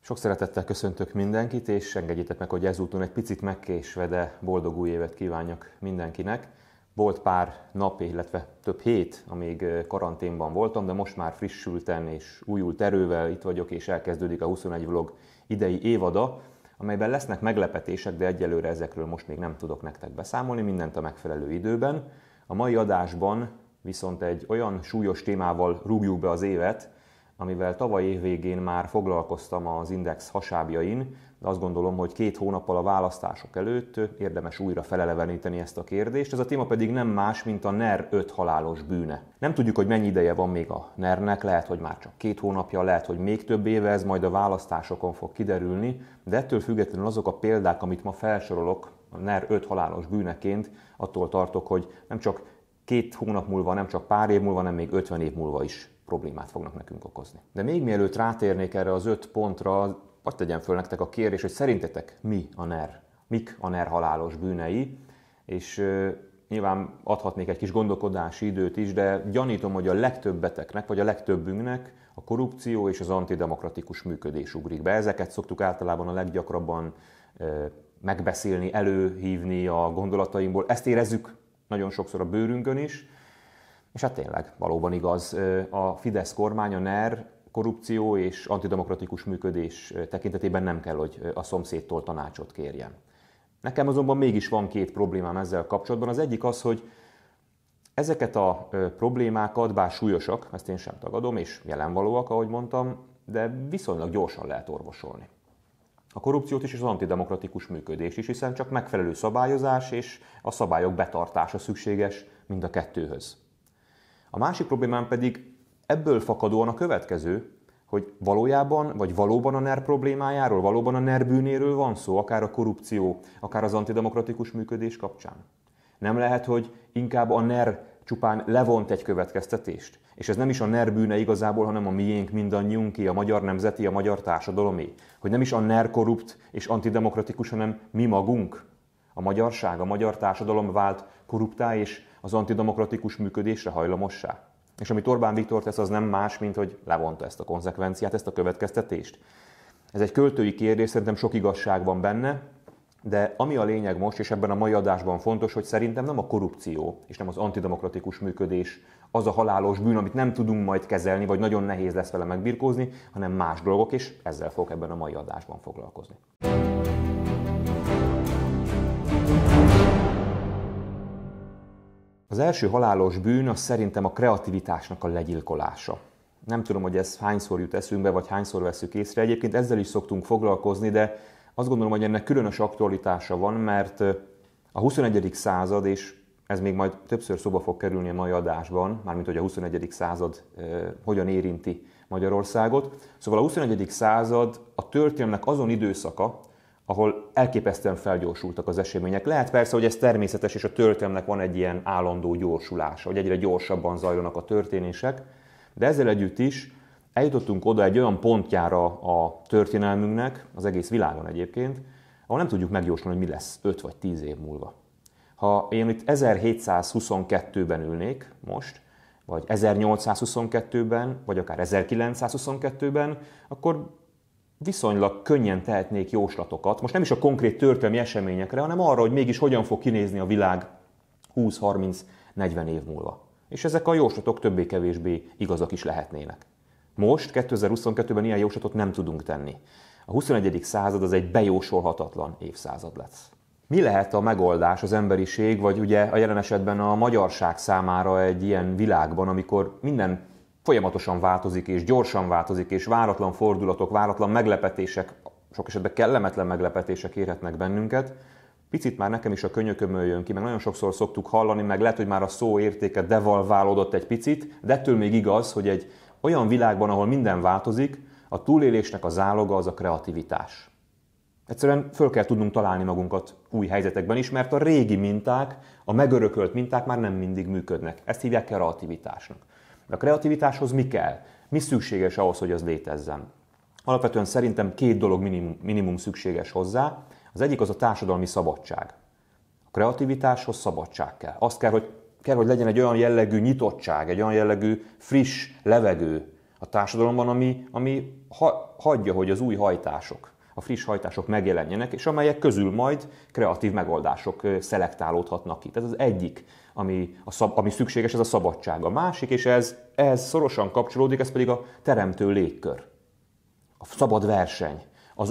Sok szeretettel köszöntök mindenkit, és engedjétek meg, hogy ezúton egy picit megkésve, de boldog új évet kívánjak mindenkinek. Volt pár nap, illetve több hét, amíg karanténban voltam, de most már frissülten és újult erővel itt vagyok, és elkezdődik a 21 vlog idei évada, amelyben lesznek meglepetések, de egyelőre ezekről most még nem tudok nektek beszámolni, mindent a megfelelő időben. A mai adásban viszont egy olyan súlyos témával rúgjuk be az évet, amivel tavaly év végén már foglalkoztam az Index hasábjain, de azt gondolom, hogy 2 hónappal a választások előtt érdemes újra feleleveníteni ezt a kérdést. Ez a téma pedig nem más, mint a NER 5 halálos bűne. Nem tudjuk, hogy mennyi ideje van még a NER-nek, lehet, hogy már csak 2 hónapja, lehet, hogy még több éve, ez majd a választásokon fog kiderülni, de ettől függetlenül azok a példák, amit ma felsorolok a NER 5 halálos bűneként, attól tartok, hogy nem csak 2 hónap múlva, nem csak pár év múlva, hanem még 50 év múlva is problémát fognak nekünk okozni. De még mielőtt rátérnék erre az 5 pontra, hadd tegyem föl nektek a kérdés, hogy szerintetek mi a NER? Mik a NER halálos bűnei? És nyilván adhatnék egy kis gondolkodási időt is, de gyanítom, hogy a legtöbbeteknek, vagy a legtöbbünknek a korrupció és az antidemokratikus működés ugrik be. Ezeket szoktuk általában a leggyakrabban megbeszélni, előhívni a gondolataimból. Ezt érezzük nagyon sokszor a bőrünkön is. És hát tényleg, valóban igaz, a Fidesz kormány, a NER korrupció és antidemokratikus működés tekintetében nem kell, hogy a szomszédtól tanácsot kérjen. Nekem azonban mégis van 2 problémám ezzel kapcsolatban. Az egyik az, hogy ezeket a problémákat, bár súlyosak, ezt én sem tagadom, és jelenvalóak, ahogy mondtam, de viszonylag gyorsan lehet orvosolni. A korrupciót is és az antidemokratikus működés is, hiszen csak megfelelő szabályozás és a szabályok betartása szükséges mind a kettőhöz. A másik problémám pedig ebből fakadóan a következő, hogy valójában, vagy valóban a NER problémájáról, valóban a NER bűnéről van szó, akár a korrupció, akár az antidemokratikus működés kapcsán. Nem lehet, hogy inkább a NER csupán levont egy következtetést, és ez nem is a NER bűne igazából, hanem a miénk, mindannyiunké, a magyar nemzeti, a magyar társadalomé. Hogy nem is a NER korrupt és antidemokratikus, hanem mi magunk, a magyarság, a magyar társadalom vált korruptá és az antidemokratikus működésre hajlamossá. És amit Orbán Viktor tesz, az nem más, mint hogy levonta ezt a konzekvenciát, ezt a következtetést. Ez egy költői kérdés, szerintem sok igazság van benne, de ami a lényeg most, és ebben a mai adásban fontos, hogy szerintem nem a korrupció és nem az antidemokratikus működés az a halálos bűn, amit nem tudunk majd kezelni, vagy nagyon nehéz lesz vele megbirkózni, hanem más dolgok, és ezzel fogok ebben a mai adásban foglalkozni. Az első halálos bűn az szerintem a kreativitásnak a legyilkolása. Nem tudom, hogy ez hányszor jut eszünkbe, vagy hányszor veszük észre. Egyébként ezzel is szoktunk foglalkozni, de azt gondolom, hogy ennek különös aktualitása van, mert a 21. század, és ez még majd többször szóba fog kerülni a mai adásban, mármint hogy a 21. század hogyan érinti Magyarországot. Szóval a 21. század a történelemnek azon időszaka, ahol elképesztően felgyorsultak az események. Lehet persze, hogy ez természetes, és a történelemnek van egy ilyen állandó gyorsulása, hogy egyre gyorsabban zajlanak a történések, de ezzel együtt is eljutottunk oda egy olyan pontjára a történelmünknek, az egész világon egyébként, ahol nem tudjuk megjósolni, hogy mi lesz 5 vagy 10 év múlva. Ha én itt 1722-ben ülnék most, vagy 1822-ben, vagy akár 1922-ben, akkor viszonylag könnyen tehetnék jóslatokat, most nem is a konkrét történelmi eseményekre, hanem arra, hogy mégis hogyan fog kinézni a világ 20-30-40 év múlva. És ezek a jóslatok többé-kevésbé igazak is lehetnének. Most, 2022-ben ilyen jóslatot nem tudunk tenni. A 21. század az egy bejósolhatatlan évszázad lesz. Mi lehet a megoldás az emberiség, vagy ugye a jelen esetben a magyarság számára egy ilyen világban, amikor minden folyamatosan változik, és gyorsan változik, és váratlan fordulatok, váratlan meglepetések, sok esetben kellemetlen meglepetések érhetnek bennünket. Picit már nekem is a könyökömön jön ki, meg nagyon sokszor szoktuk hallani, meg lehet, hogy már a szó értéke devalválódott egy picit, de ettől még igaz, hogy egy olyan világban, ahol minden változik, a túlélésnek a záloga az a kreativitás. Egyszerűen föl kell tudnunk találni magunkat új helyzetekben is, mert a régi minták, a megörökölt minták már nem mindig működnek. Ezt hívják kreativitásnak. De a kreativitáshoz mi kell? Mi szükséges ahhoz, hogy az létezzen? Alapvetően szerintem 2 dolog minimum szükséges hozzá. Az egyik az a társadalmi szabadság. A kreativitáshoz szabadság kell. Azt kell, hogy legyen egy olyan jellegű nyitottság, egy olyan jellegű friss levegő a társadalomban, ami hagyja, hogy az új hajtások, a friss hajtások megjelenjenek, és amelyek közül majd kreatív megoldások szelektálódhatnak ki. Tehát az egyik, ami szükséges, ez a szabadság. A másik, és ez szorosan kapcsolódik, ez pedig a teremtő légkör, a szabad verseny,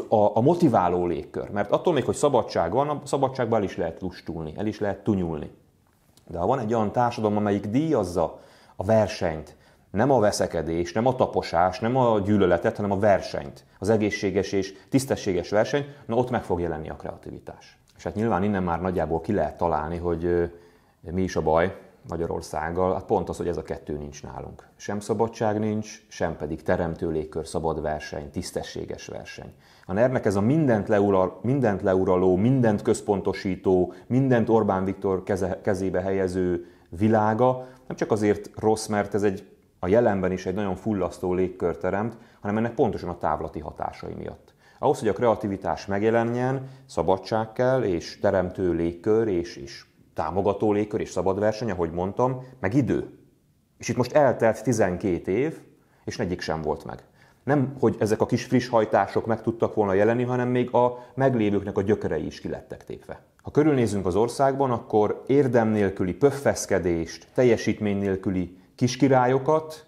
a motiváló légkör. Mert attól még, hogy szabadság van, a szabadságban el is lehet lustulni, el is lehet tunyulni. De ha van egy olyan társadalom, amelyik díjazza a versenyt, nem a veszekedést, nem a taposást, nem a gyűlöletet, hanem a versenyt, az egészséges és tisztességes versenyt, na ott meg fog jelenni a kreativitás. És hát nyilván innen már nagyjából ki lehet találni, hogy mi is a baj Magyarországgal, hát pont az, hogy ez a kettő nincs nálunk. Sem szabadság nincs, sem pedig teremtő légkör, szabad verseny, tisztességes verseny. A NER-nek ez a mindent leuraló, mindent központosító, mindent Orbán Viktor kezébe helyező világa nem csak azért rossz, mert ez a jelenben is egy nagyon fullasztó légkör teremt, hanem ennek pontosan a távlati hatásai miatt. Ahhoz, hogy a kreativitás megjelenjen, szabadság kell, és teremtő légkör, és támogató légkör, és szabad verseny, ahogy mondtam, meg idő. És itt most eltelt 12 év, és egyik sem volt meg. Nem, hogy ezek a kis friss hajtások meg tudtak volna jelenni, hanem még a meglévőknek a gyökerei is ki lettek tépve. Ha körülnézünk az országban, akkor érdem nélküli pöffeszkedést, teljesítmény nélküli kiskirályokat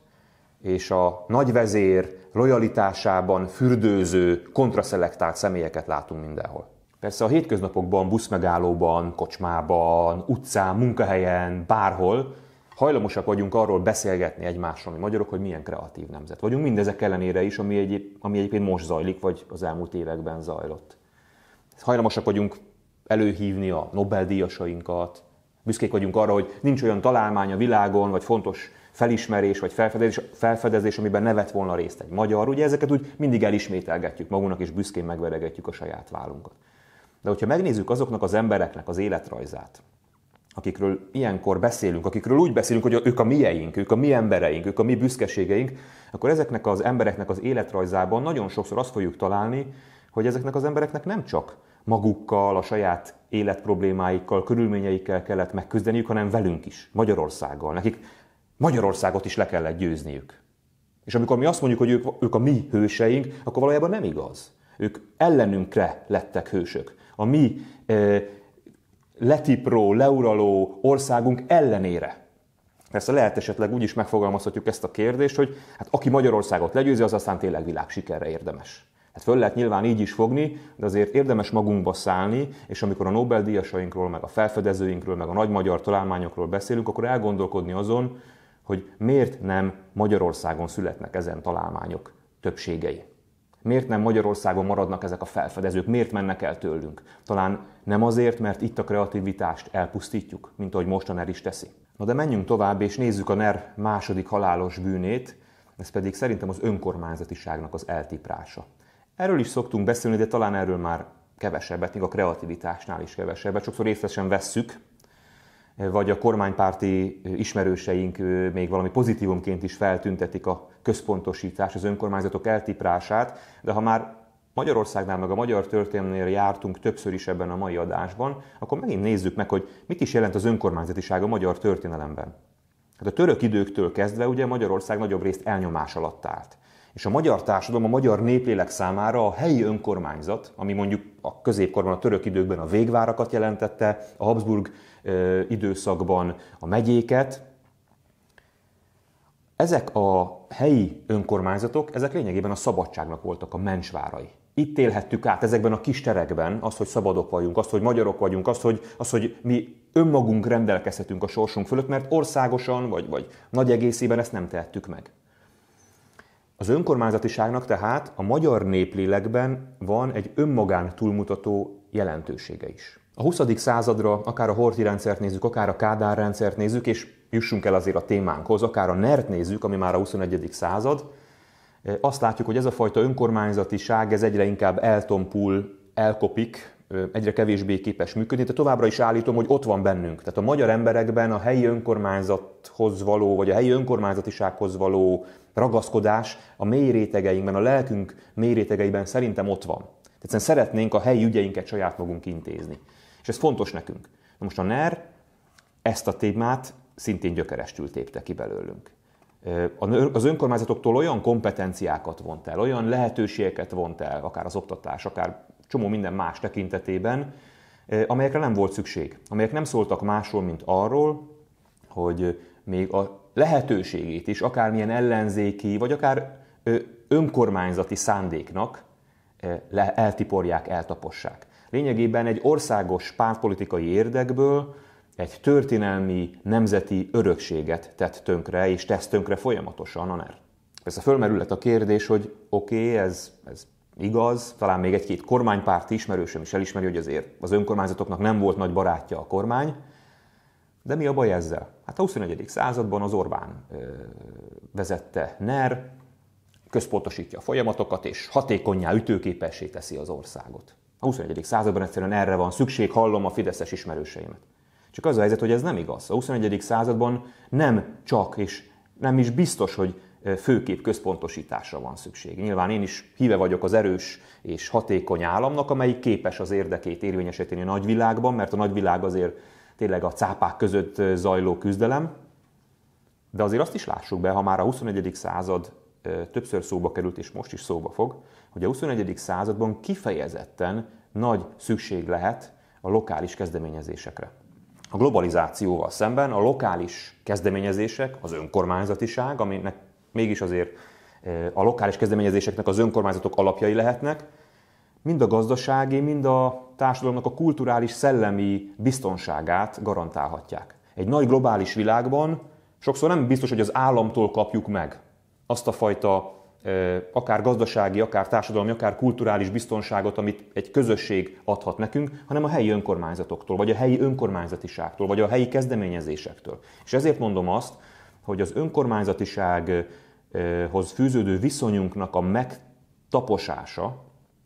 és a nagyvezér lojalitásában fürdőző, kontraszelektált személyeket látunk mindenhol. Persze a hétköznapokban, buszmegállóban, kocsmában, utcán, munkahelyen, bárhol hajlamosak vagyunk arról beszélgetni egymással, mi magyarok, hogy milyen kreatív nemzet vagyunk, mindezek ellenére is, ami egyébként most zajlik, vagy az elmúlt években zajlott. Hajlamosak vagyunk előhívni a Nobel-díjasainkat, büszkék vagyunk arra, hogy nincs olyan találmány a világon, vagy fontos felismerés, vagy felfedezés, amiben ne vett volna részt egy magyar. Ugye ezeket úgy mindig elismételgetjük magunknak, és büszkén megveregetjük a saját vállunkat. De hogyha megnézzük azoknak az embereknek az életrajzát, akikről ilyenkor beszélünk, akikről úgy beszélünk, hogy ők a mieink, ők a mi embereink, ők a mi büszkeségeink, akkor ezeknek az embereknek az életrajzában nagyon sokszor azt fogjuk találni, hogy ezeknek az embereknek nem csak magukkal, a saját életproblémáikkal, körülményeikkel kellett megküzdeniük, hanem velünk is, Magyarországgal. Nekik Magyarországot is le kellett győzniük. És amikor mi azt mondjuk, hogy ők a mi hőseink, akkor valójában nem igaz. Ők ellenünkre lettek hősök. A mi letipró, leuraló országunk ellenére. Persze lehet esetleg úgy is megfogalmazhatjuk ezt a kérdést, hogy hát aki Magyarországot legyőzi, az aztán tényleg világsikerre érdemes. Hát föl lehet nyilván így is fogni, de azért érdemes magunkba szállni, és amikor a Nobel-díjasainkról, meg a felfedezőinkről, meg a nagy magyar találmányokról beszélünk, akkor elgondolkodni azon, hogy miért nem Magyarországon születnek ezen találmányok többségei. Miért nem Magyarországon maradnak ezek a felfedezők? Miért mennek el tőlünk? Talán nem azért, mert itt a kreativitást elpusztítjuk, mint ahogy most a NER is teszi. Na de menjünk tovább, és nézzük a NER második halálos bűnét, ez pedig szerintem az önkormányzatiságnak az eltiprása. Erről is szoktunk beszélni, de talán erről már kevesebbet, még a kreativitásnál is kevesebbet. Sokszor észre sem vesszük, vagy a kormánypárti ismerőseink még valami pozitívumként is feltüntetik a központosítás, az önkormányzatok eltiprását, de ha már Magyarországnál meg a magyar történelemnél jártunk többször is ebben a mai adásban, akkor megint nézzük meg, hogy mit is jelent az önkormányzatiság a magyar történelemben. Hát a török időktől kezdve ugye Magyarország nagyobb részt elnyomás alatt állt. És a magyar társadalom, a magyar néplélek számára a helyi önkormányzat, ami mondjuk a középkorban, a török időkben a végvárakat jelentette, a Habsburg időszakban a megyéket, ezek a helyi önkormányzatok, ezek lényegében a szabadságnak voltak a mencsvárai. Itt élhettük át ezekben a kis terekben azt, hogy szabadok vagyunk, azt, hogy magyarok vagyunk, azt, hogy mi önmagunk rendelkezhetünk a sorsunk fölött, mert országosan vagy nagy egészében ezt nem tehettük meg. Az önkormányzatiságnak tehát a magyar néplélekben van egy önmagán túlmutató jelentősége is. A 20. századra akár a Horthy rendszert nézzük, akár a Kádár rendszert nézzük, és jussunk el azért a témánkhoz, akár a NER-t nézzük, ami már a 21. század, azt látjuk, hogy ez a fajta önkormányzatiság ez egyre inkább eltompul, elkopik, egyre kevésbé képes működni, de továbbra is állítom, hogy ott van bennünk. Tehát a magyar emberekben a helyi önkormányzathoz való, vagy a helyi önkormányzatisághoz való ragaszkodás a mély rétegeinkben, a lelkünk mély rétegeiben szerintem ott van. Tehát szeretnénk a helyi ügyeinket saját magunk intézni. És ez fontos nekünk. Na most a NER ezt a témát szintén gyökerestül tépte ki belőlünk. Az önkormányzatoktól olyan kompetenciákat vont el, olyan lehetőségeket vont el, akár az oktatás, akár csomó minden más tekintetében, amelyekre nem volt szükség. Amelyek nem szóltak másról, mint arról, hogy még a lehetőségét is akármilyen ellenzéki, vagy akár önkormányzati szándéknak eltiporják, eltapossák. Lényegében egy országos pártpolitikai érdekből egy történelmi, nemzeti örökséget tett tönkre, és tesz tönkre folyamatosan a NER. Persze fölmerülhet a kérdés, hogy oké, ez igaz, talán még egy-két kormánypárti ismerősöm is elismeri, hogy azért az önkormányzatoknak nem volt nagy barátja a kormány, de mi a baj ezzel? Hát a 21. században az Orbán vezette NER, központosítja a folyamatokat, és hatékonnyá, ütőképessé teszi az országot. A 21. században egyszerűen erre van szükség, hallom a fideszes ismerőseimet. Csak az a helyzet, hogy ez nem igaz. A 21. században nem csak, és nem is biztos, hogy főképp központosításra van szükség. Nyilván én is híve vagyok az erős és hatékony államnak, amelyik képes az érdekét érvényesíteni a nagyvilágban, mert a nagyvilág azért tényleg a cápák között zajló küzdelem. De azért azt is lássuk be, ha már a 21. század többször szóba került, és most is szóba fog, hogy a 21. században kifejezetten nagy szükség lehet a lokális kezdeményezésekre. A globalizációval szemben a lokális kezdeményezések, az önkormányzatiság, aminek mégis azért a lokális kezdeményezéseknek az önkormányzatok alapjai lehetnek, mind a gazdasági, mind a társadalomnak a kulturális, szellemi biztonságát garantálhatják. Egy nagy globális világban sokszor nem biztos, hogy az államtól kapjuk meg azt a fajta akár gazdasági, akár társadalmi, akár kulturális biztonságot, amit egy közösség adhat nekünk, hanem a helyi önkormányzatoktól, vagy a helyi önkormányzatiságtól, vagy a helyi kezdeményezésektől. És ezért mondom azt, hogy az önkormányzatisághoz fűződő viszonyunknak a megtaposása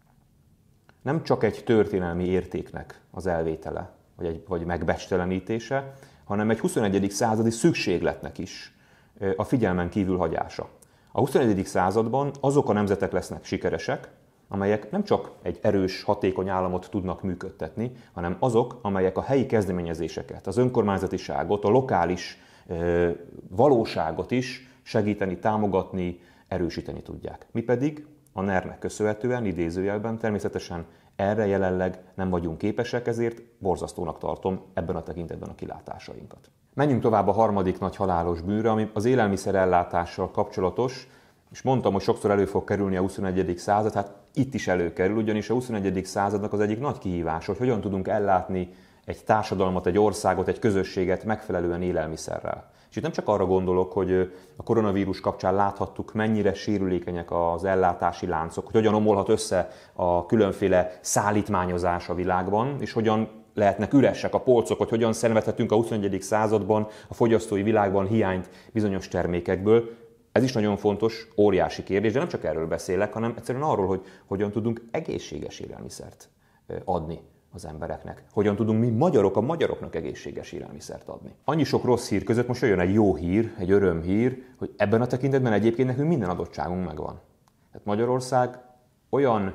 nem csak egy történelmi értéknek az elvétele, vagy megbecstelenítése, hanem egy 21. századi szükségletnek is a figyelmen kívül hagyása. A 21. században azok a nemzetek lesznek sikeresek, amelyek nem csak egy erős, hatékony államot tudnak működtetni, hanem azok, amelyek a helyi kezdeményezéseket, az önkormányzatiságot, a lokális valóságot is segíteni, támogatni, erősíteni tudják. Mi pedig a NER-nek köszönhetően, idézőjelben természetesen erre jelenleg nem vagyunk képesek, ezért borzasztónak tartom ebben a tekintetben a kilátásainkat. Menjünk tovább a harmadik nagy halálos bűnre, ami az élelmiszerellátással kapcsolatos, és mondtam, hogy sokszor elő fog kerülni a 21. század, hát itt is előkerül, ugyanis a 21. századnak az egyik nagy kihívás, hogy hogyan tudunk ellátni egy társadalmat, egy országot, egy közösséget megfelelően élelmiszerrel. És itt nem csak arra gondolok, hogy a koronavírus kapcsán láthattuk, mennyire sérülékenyek az ellátási láncok, hogy hogyan omolhat össze a különféle szállítmányozás a világban, és hogyan lehetnek üresek a polcok, hogy hogyan szenvedhetünk a 21. században a fogyasztói világban hiányt bizonyos termékekből. Ez is nagyon fontos, óriási kérdés, de nem csak erről beszélek, hanem egyszerűen arról, hogy hogyan tudunk egészséges élelmiszert adni az embereknek. Hogyan tudunk mi magyarok a magyaroknak egészséges élelmiszert adni. Annyi sok rossz hír között most jön egy jó hír, egy örömhír, hogy ebben a tekintetben egyébként nekünk minden adottságunk megvan. Tehát Magyarország olyan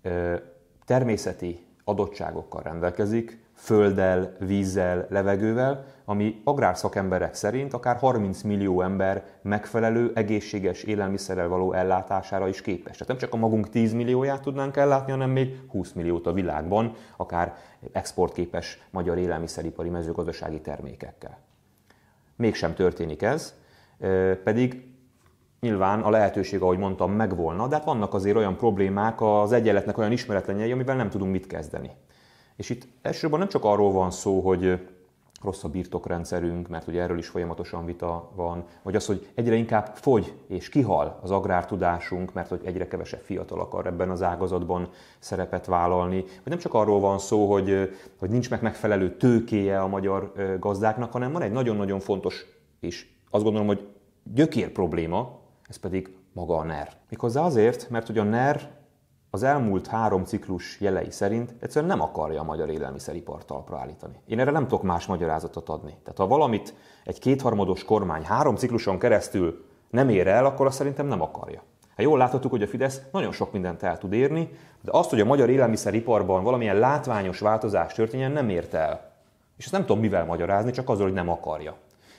természeti adottságokkal rendelkezik, földdel, vízzel, levegővel, ami agrárszakemberek szerint akár 30 millió ember megfelelő, egészséges élelmiszerrel való ellátására is képes. Tehát nem csak a magunk 10 millióját tudnánk ellátni, hanem még 20 milliót a világban, akár exportképes magyar élelmiszeripari mezőgazdasági termékekkel. Mégsem történik ez, pedig nyilván a lehetőség, ahogy mondtam, megvolna, de hát vannak azért olyan problémák, az egyenletnek olyan ismeretlenjei, amivel nem tudunk mit kezdeni. És itt elsősorban nem csak arról van szó, hogy rossz a birtokrendszerünk, mert ugye erről is folyamatosan vita van, vagy az, hogy egyre inkább fogy és kihal az agrártudásunk, mert hogy egyre kevesebb fiatal akar ebben az ágazatban szerepet vállalni. Vagy nem csak arról van szó, hogy nincs megfelelő tőkéje a magyar gazdáknak, hanem van egy nagyon-nagyon fontos, és azt gondolom, hogy gyökér probléma, ez pedig maga a NER. Méghozzá azért, mert hogy a NER az elmúlt 3 ciklus jelei szerint egyszerűen nem akarja a magyar élelmiszeripart talpra állítani. Én erre nem tudok más magyarázatot adni. Tehát ha valamit egy kétharmados kormány 3 cikluson keresztül nem ér el, akkor azt szerintem nem akarja. Hát jól láthattuk, hogy a Fidesz nagyon sok mindent el tud érni, de azt, hogy a magyar élelmiszeriparban valamilyen látványos változás történjen, nem érte el. És ezt nem tudom mivel magyarázni, csak azzal, hogy nem akarja.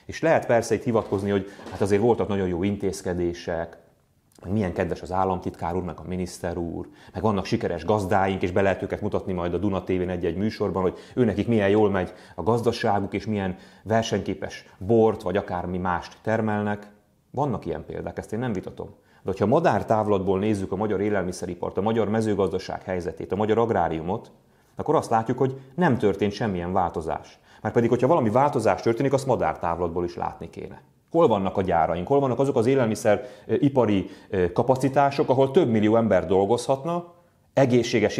És lehet persze itt hivatkozni, hogy hát azért voltak nagyon jó intézkedések, hogy milyen kedves az államtitkár úr, meg a miniszter úr, meg vannak sikeres gazdáink, és be lehet őket mutatni majd a Duna TV-n egy-egy műsorban, hogy őnekik milyen jól megy a gazdaságuk, és milyen versenyképes bort, vagy akármi mást termelnek. Vannak ilyen példák, ezt én nem vitatom. De hogyha madártávlatból nézzük a magyar élelmiszeripart, a magyar mezőgazdaság helyzetét, a magyar agráriumot, akkor azt látjuk, hogy nem történt semmilyen változás. Márpedig, hogyha valami változás történik, azt madártávlatból is látni kéne. Hol vannak a gyáraink, hol vannak azok az élelmiszeripari kapacitások, ahol több millió ember dolgozhatna, egészséges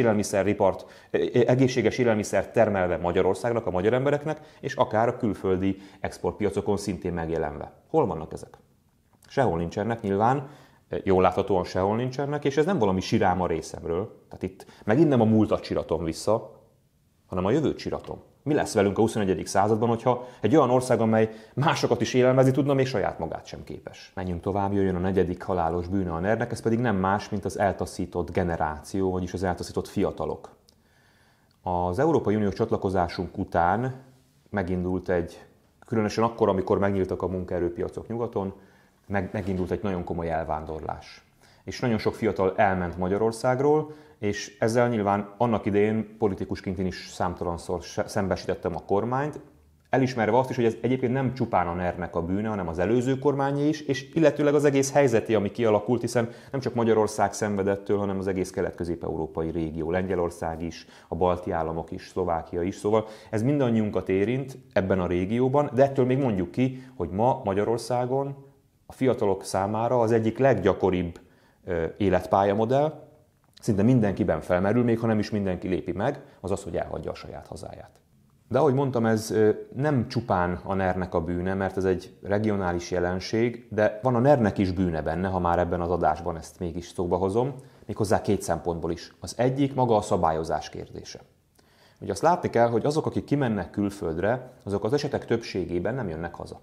élelmiszert termelve Magyarországnak, a magyar embereknek, és akár a külföldi exportpiacokon szintén megjelenve. Hol vannak ezek? Sehol nincsenek nyilván, jól láthatóan sehol nincsenek, és ez nem valami sirám a részemről. Tehát itt megint nem a múltat csiratom vissza, hanem a jövőt csiratom. Mi lesz velünk a 21. században, hogyha egy olyan ország, amely másokat is élelmezni tudna, még saját magát sem képes? Menjünk tovább, jöjjön a 4. halálos bűne a NER-nek, ez pedig nem más, mint az eltaszított generáció, vagyis az eltaszított fiatalok. Az Európai Uniós csatlakozásunk után megindult különösen akkor, amikor megnyíltak a munkaerőpiacok nyugaton, megindult egy nagyon komoly elvándorlás. És nagyon sok fiatal elment Magyarországról, és ezzel nyilván annak idején politikusként én is számtalanszor szembesítettem a kormányt, elismerve azt is, hogy ez egyébként nem csupán a NER-nek a bűne, hanem az előző kormányé is, és illetőleg az egész helyzeté, ami kialakult, hiszen nem csak Magyarország szenvedettől, hanem az egész kelet-közép-európai régió, Lengyelország is, a balti államok is, Szlovákia is, szóval ez mindannyiunkat érint ebben a régióban, de ettől még mondjuk ki, hogy ma Magyarországon a fiatalok számára az egyik leggyakoribb életpályamodell, szinte mindenkiben felmerül, még ha nem is mindenki lépi meg, az az, hogy elhagyja a saját hazáját. De ahogy mondtam, ez nem csupán a NER-nek a bűne, mert ez egy regionális jelenség, de van a NER-nek is bűne benne, ha már ebben az adásban ezt mégis szóba hozom, méghozzá 2 szempontból is. Az egyik maga a szabályozás kérdése. Ugye azt látni kell, hogy azok, akik kimennek külföldre, azok az esetek többségében nem jönnek haza.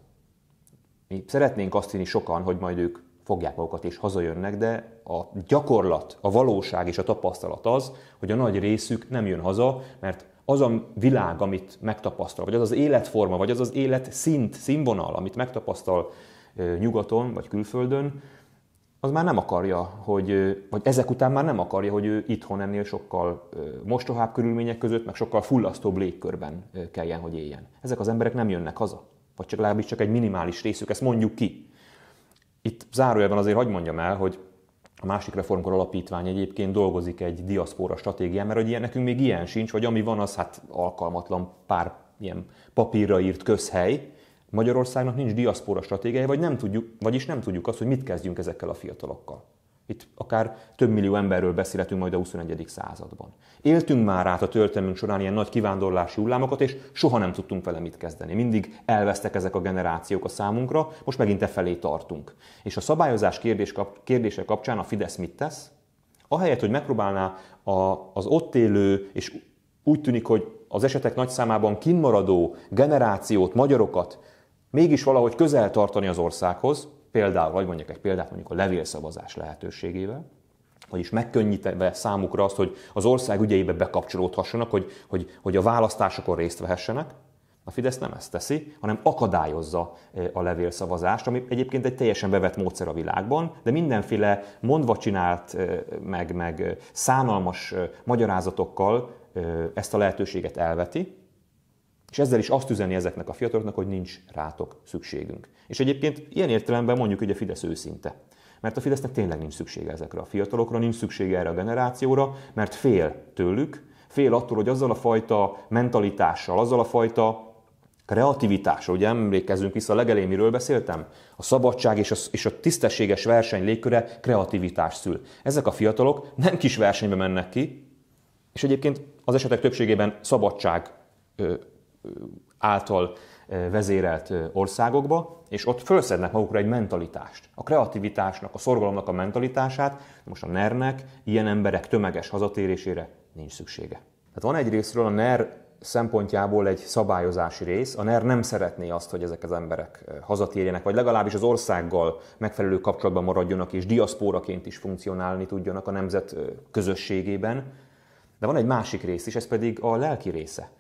Mi szeretnénk azt hinni sokan, hogy majd ők fogják magukat és hazajönnek, de a gyakorlat, a valóság és a tapasztalat az, hogy a nagy részük nem jön haza, mert az a világ, amit megtapasztal, vagy az az életforma, vagy az az színvonal, amit megtapasztal nyugaton, vagy külföldön, az már nem akarja, vagy ezek után már nem akarja, hogy ő itthon ennél sokkal mostohább körülmények között, meg sokkal fullasztóbb légkörben kelljen, hogy éljen. Ezek az emberek nem jönnek haza, vagy legalábbis csak egy minimális részük, ezt mondjuk ki. Itt zárójelben azért hadd mondjam el, hogy a másik reformkor alapítvány egyébként dolgozik egy diaszpóra stratégián, mert hogy nekünk még ilyen sincs, vagy ami van, az hát alkalmatlan pár ilyen papírra írt közhely. Magyarországnak nincs diaszpóra stratégiája, vagyis nem tudjuk azt, hogy mit kezdjünk ezekkel a fiatalokkal. Itt akár több millió emberről beszélhetünk majd a 21. században. Éltünk már át a történelmünk során ilyen nagy kivándorlási hullámokat, és soha nem tudtunk vele mit kezdeni. Mindig elvesztek ezek a generációk a számunkra, most megint felé tartunk. És a szabályozás kérdése kapcsán a Fidesz mit tesz? Ahelyett, hogy megpróbálná az ott élő, és úgy tűnik, hogy az esetek nagy számában kinnmaradó generációt, magyarokat mégis valahogy közel tartani az országhoz, például, vagy mondjuk egy példát, mondjuk a levélszavazás lehetőségével, vagyis megkönnyítve számukra azt, hogy az ország ügyeibe bekapcsolódhassanak, hogy a választásokon részt vehessenek. A Fidesz nem ezt teszi, hanem akadályozza a levélszavazást, ami egyébként egy teljesen bevett módszer a világban, de mindenféle mondva csinált, meg szánalmas magyarázatokkal ezt a lehetőséget elveti, és ezzel is azt üzeni ezeknek a fiataloknak, hogy nincs rátok szükségünk. És egyébként ilyen értelemben mondjuk, hogy a Fidesz őszinte. Mert a Fidesznek tényleg nincs szüksége ezekre a fiatalokra, nincs szüksége erre a generációra, mert fél tőlük, fél attól, hogy azzal a fajta mentalitással, azzal a fajta kreativitással, ugye emlékezzünk vissza, a legelején miről beszéltem? A szabadság és a tisztességes verseny légköre kreativitás szül. Ezek a fiatalok nem kis versenybe mennek ki, és egyébként az esetek többségében szabadság által vezérelt országokba, és ott felszednek magukra egy mentalitást. A kreativitásnak, a szorgalomnak a mentalitását, most a NER-nek ilyen emberek tömeges hazatérésére nincs szüksége. Tehát van egyrészről a NER szempontjából egy szabályozási rész. A NER nem szeretné azt, hogy ezek az emberek hazatérjenek, vagy legalábbis az országgal megfelelő kapcsolatban maradjanak, és diaszpóraként is funkcionálni tudjanak a nemzet közösségében. De van egy másik rész is, ez pedig a lelki része.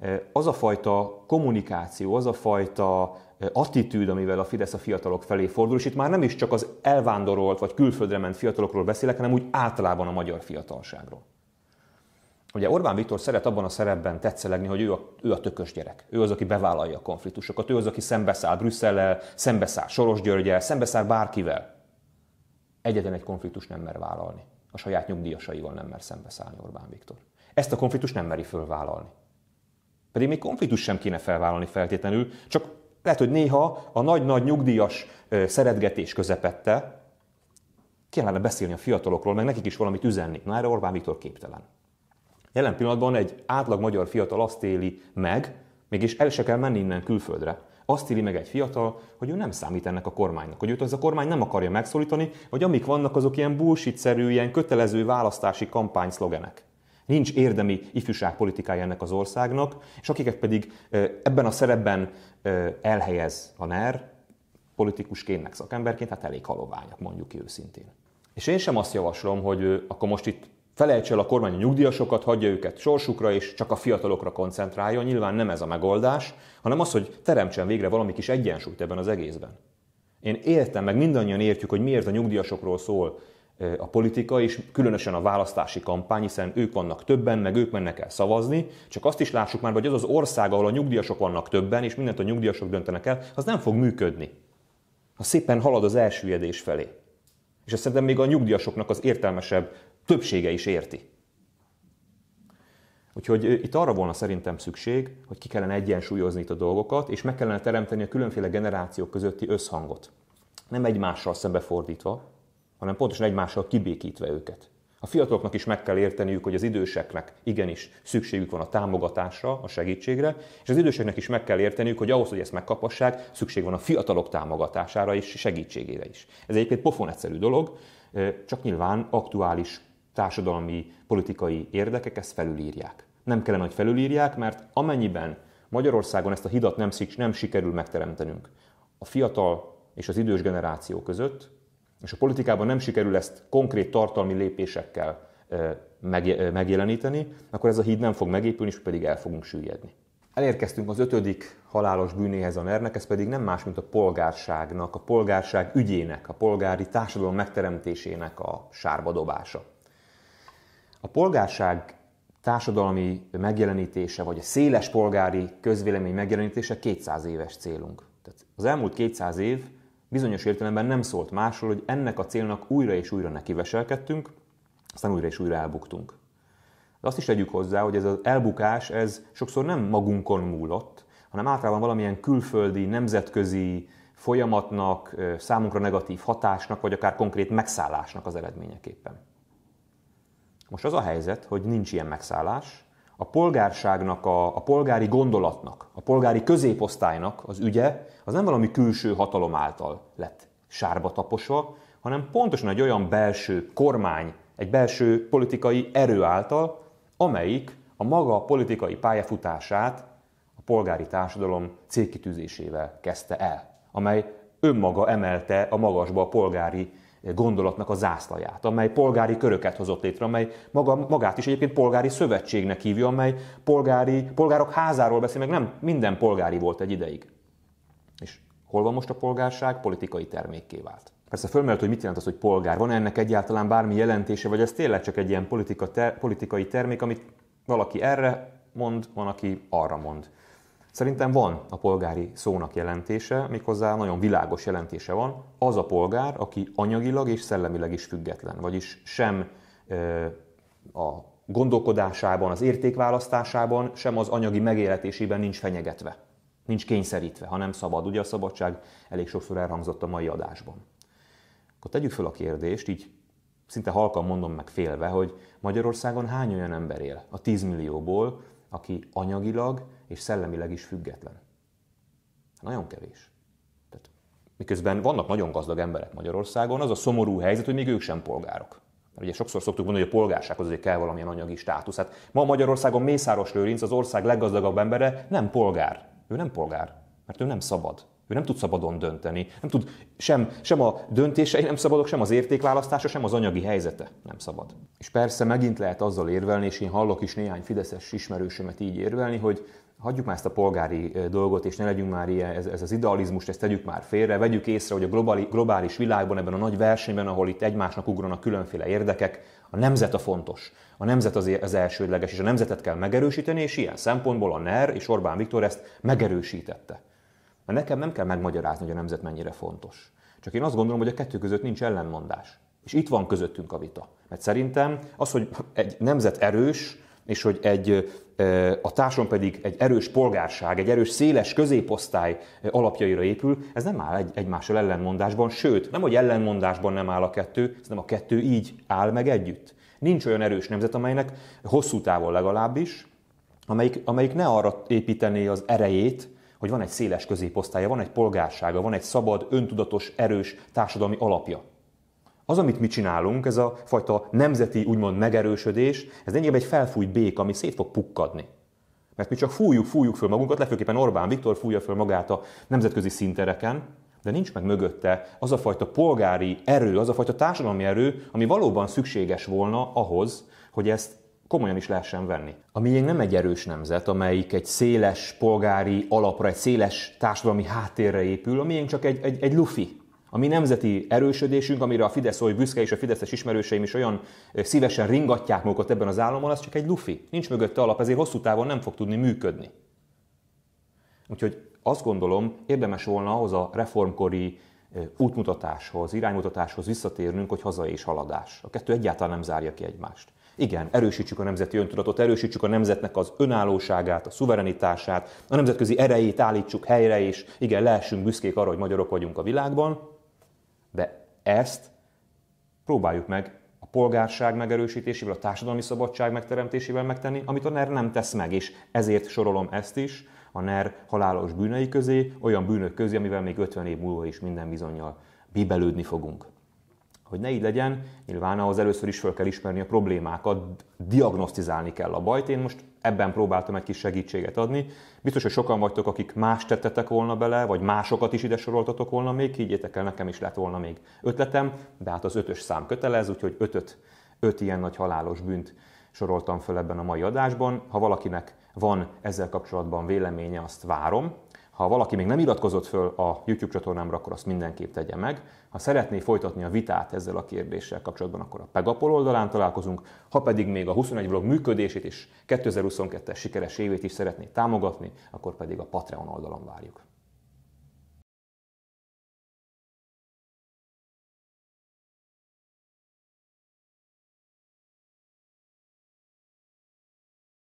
Az a fajta kommunikáció, az a fajta attitűd, amivel a Fidesz a fiatalok felé fordul, és itt már nem is csak az elvándorolt vagy külföldre ment fiatalokról beszélek, hanem úgy általában a magyar fiatalságról. Ugye Orbán Viktor szeret abban a szerepben tetszelegni, hogy ő a tökös gyerek. Ő az, aki bevállalja a konfliktusokat, ő az, aki szembeszáll Brüsszellel, szembeszáll Soros Györggyel, szembeszáll bárkivel. Egyetlen egy konfliktust nem mer vállalni. A saját nyugdíjasaival nem mer szembeszállni Orbán Viktor. Ezt a konfliktust nem meri fölvállalni. Pedig még konfliktus sem kéne felvállalni feltétlenül, csak lehet, hogy néha a nagy-nagy nyugdíjas szeretgetés közepette kellene beszélni a fiatalokról, meg nekik is valamit üzenni. Na, erre Orbán Viktor képtelen. Jelen pillanatban egy átlag magyar fiatal azt éli meg, mégis el se kell menni innen külföldre. Azt éli meg egy fiatal, hogy ő nem számít ennek a kormánynak, hogy őt az a kormány nem akarja megszólítani, hogy amik vannak, azok ilyen bullshit-szerű, ilyen kötelező választási kampányszlogenek. Nincs érdemi ifjúságpolitikája ennek az országnak, és akiket pedig ebben a szerepben elhelyez a NER, politikusként, meg szakemberként, hát elég haloványak, mondjuk ki őszintén. És én sem azt javaslom, hogy akkor most itt felejts el a kormány a nyugdíjasokat, hagyja őket sorsukra, és csak a fiatalokra koncentráljon. Nyilván nem ez a megoldás, hanem az, hogy teremtsen végre valami kis egyensúlyt ebben az egészben. Én értem, meg mindannyian értjük, hogy miért a nyugdíjasokról szól a politika, és különösen a választási kampány, hiszen ők vannak többen, meg ők mennek el szavazni, csak azt is lássuk már, hogy az az ország, ahol a nyugdíjasok vannak többen, és mindent a nyugdíjasok döntenek el, az nem fog működni. Az szépen halad az elsüllyedés felé. És ezt szerintem még a nyugdíjasoknak az értelmesebb többsége is érti. Úgyhogy itt arra volna szerintem szükség, hogy ki kellene egyensúlyozni itt a dolgokat, és meg kellene teremteni a különféle generációk közötti összhangot. Nem egymással szembefordítva, hanem pontosan egymással kibékítve őket. A fiataloknak is meg kell érteniük, hogy az időseknek igenis szükségük van a támogatásra, a segítségre, és az időseknek is meg kell érteniük, hogy ahhoz, hogy ezt megkapassák, szükség van a fiatalok támogatására és segítségére is. Ez egyébként pofon egyszerű dolog, csak nyilván aktuális társadalmi, politikai érdekek ezt felülírják. Nem kellene, hogy felülírják, mert amennyiben Magyarországon ezt a hidat nem sikerül megteremtenünk a fiatal és az idős generáció között, és a politikában nem sikerül ezt konkrét tartalmi lépésekkel megjeleníteni, akkor ez a híd nem fog megépülni, és pedig el fogunk süllyedni. Elérkeztünk az 5. halálos bűnéhez a NER-nek, ez pedig nem más, mint a polgárságnak, a polgárság ügyének, a polgári társadalom megteremtésének a sárba dobása. A polgárság társadalmi megjelenítése, vagy a széles polgári közvélemény megjelenítése 200 éves célunk. Tehát az elmúlt 200 év bizonyos értelemben nem szólt másról, hogy ennek a célnak újra és újra nekiveselkedtünk, aztán újra és újra elbuktunk. De azt is tegyük hozzá, hogy ez az elbukás, ez sokszor nem magunkon múlott, hanem általában valamilyen külföldi, nemzetközi folyamatnak, számunkra negatív hatásnak, vagy akár konkrét megszállásnak az eredményeképpen. Most az a helyzet, hogy nincs ilyen megszállás. A polgárságnak, a polgári gondolatnak, a polgári középosztálynak az ügye, az nem valami külső hatalom által lett sárba taposva, hanem pontosan egy olyan belső kormány, egy belső politikai erő által, amelyik a maga politikai pályafutását a polgári társadalom célkitűzésével kezdte el, amely önmaga emelte a magasba a polgári gondolatnak a zászlaját, amely polgári köröket hozott létre, amely magát is egyébként polgári szövetségnek hívja, amely polgárok házáról beszél, meg nem minden polgári volt egy ideig. És hol van most a polgárság? Politikai termékké vált. Persze fölmerült, hogy mit jelent az, hogy polgár. Van ennek egyáltalán bármi jelentése, vagy ez tényleg csak egy ilyen politikai termék, amit valaki erre mond, van, aki arra mond. Szerintem van a polgári szónak jelentése, méghozzá nagyon világos jelentése van. Az a polgár, aki anyagilag és szellemileg is független, vagyis sem a gondolkodásában, az értékválasztásában, sem az anyagi megélhetésében nincs fenyegetve, nincs kényszerítve, hanem szabad. Ugye a szabadság elég sokszor elhangzott a mai adásban. Akkor tegyük föl a kérdést, így szinte halkan mondom meg félve, hogy Magyarországon hány olyan ember él a 10 millióból, aki anyagilag és szellemileg is független. Nagyon kevés. Tehát, miközben vannak nagyon gazdag emberek Magyarországon, az a szomorú helyzet, hogy még ők sem polgárok. Mert ugye sokszor szoktuk mondani, hogy a polgársághoz azért kell valamilyen anyagi státusz. Hát ma Magyarországon Mészáros Lőrinc, az ország leggazdagabb embere, nem polgár. Ő nem polgár, mert ő nem szabad. Ő nem tud szabadon dönteni. Nem tud sem a döntései nem szabadok, sem az értékválasztása, sem az anyagi helyzete nem szabad. És persze megint lehet azzal érvelni, és én hallok is néhány fideszes ismerősömet így érvelni, hogy hagyjuk már ezt a polgári dolgot, és ne legyünk már ilyen, ez az idealizmust, ezt tegyük már félre, vegyük észre, hogy a globális világban, ebben a nagy versenyben, ahol itt egymásnak ugranak különféle érdekek, a nemzet a fontos. A nemzet az elsődleges, és a nemzetet kell megerősíteni, és ilyen szempontból a NER és Orbán Viktor ezt megerősítette. Mert nekem nem kell megmagyarázni, hogy a nemzet mennyire fontos. Csak én azt gondolom, hogy a kettő között nincs ellentmondás. És itt van közöttünk a vita. Mert szerintem az, hogy egy nemzet erős, és hogy a társadalom pedig egy erős polgárság, egy erős széles középosztály alapjaira épül, ez nem áll egymással ellentmondásban, sőt, nem hogy ellentmondásban nem áll a kettő, hanem a kettő így áll meg együtt. Nincs olyan erős nemzet, amelynek hosszú távon legalábbis, amelyik ne arra építené az erejét, hogy van egy széles középosztálya, van egy polgársága, van egy szabad, öntudatos, erős társadalmi alapja. Az, amit mi csinálunk, ez a fajta nemzeti, úgymond megerősödés, ez lényegében egy felfújt béka, ami szét fog pukkadni. Mert mi csak fújjuk föl magunkat, legfőképpen Orbán Viktor fújja föl magát a nemzetközi szintereken, de nincs meg mögötte az a fajta polgári erő, az a fajta társadalmi erő, ami valóban szükséges volna ahhoz, hogy ezt komolyan is lehessen venni. A miénk nem egy erős nemzet, amelyik egy széles polgári alapra, egy széles társadalmi háttérre épül, a miénk csak egy lufi. A mi nemzeti erősödésünk, amire a Fidesz oly büszke és a fideszes ismerőseim is olyan szívesen ringatják magukat ebben az államban, az csak egy lufi. Nincs mögötte alap, ezért hosszú távon nem fog tudni működni. Úgyhogy azt gondolom, érdemes volna ahhoz a reformkori útmutatáshoz, iránymutatáshoz visszatérnünk, hogy haza és haladás. A kettő egyáltalán nem zárja ki egymást. Igen, erősítsük a nemzeti öntudatot, erősítsük a nemzetnek az önállóságát, a szuverenitását, a nemzetközi erejét állítsuk helyre, és igen, lehessünk büszkék arra, hogy magyarok vagyunk a világban, de ezt próbáljuk meg a polgárság megerősítésével, a társadalmi szabadság megteremtésével megtenni, amit a NER nem tesz meg, és ezért sorolom ezt is a NER halálos bűnei közé, olyan bűnök közé, amivel még 50 év múlva is minden bizonnyal bíbelődni fogunk. Hogy ne így legyen, nyilván ahhoz először is fel kell ismerni a problémákat, diagnosztizálni kell a bajt. Én most ebben próbáltam egy kis segítséget adni. Biztos, hogy sokan vagytok, akik más tettetek volna bele, vagy másokat is ide soroltatok volna még, higgyétek el, nekem is lett volna még ötletem, de hát az 5-ös szám kötelez, úgyhogy 5 ilyen nagy halálos bűnt soroltam fel ebben a mai adásban. Ha valakinek van ezzel kapcsolatban véleménye, azt várom. Ha valaki még nem iratkozott föl a YouTube csatornámra, akkor azt mindenképp tegye meg. Ha szeretné folytatni a vitát ezzel a kérdéssel kapcsolatban, akkor a Pegapol oldalán találkozunk. Ha pedig még a 21 vlog működését és 2022-es sikeres évét is szeretné támogatni, akkor pedig a Patreon oldalon várjuk.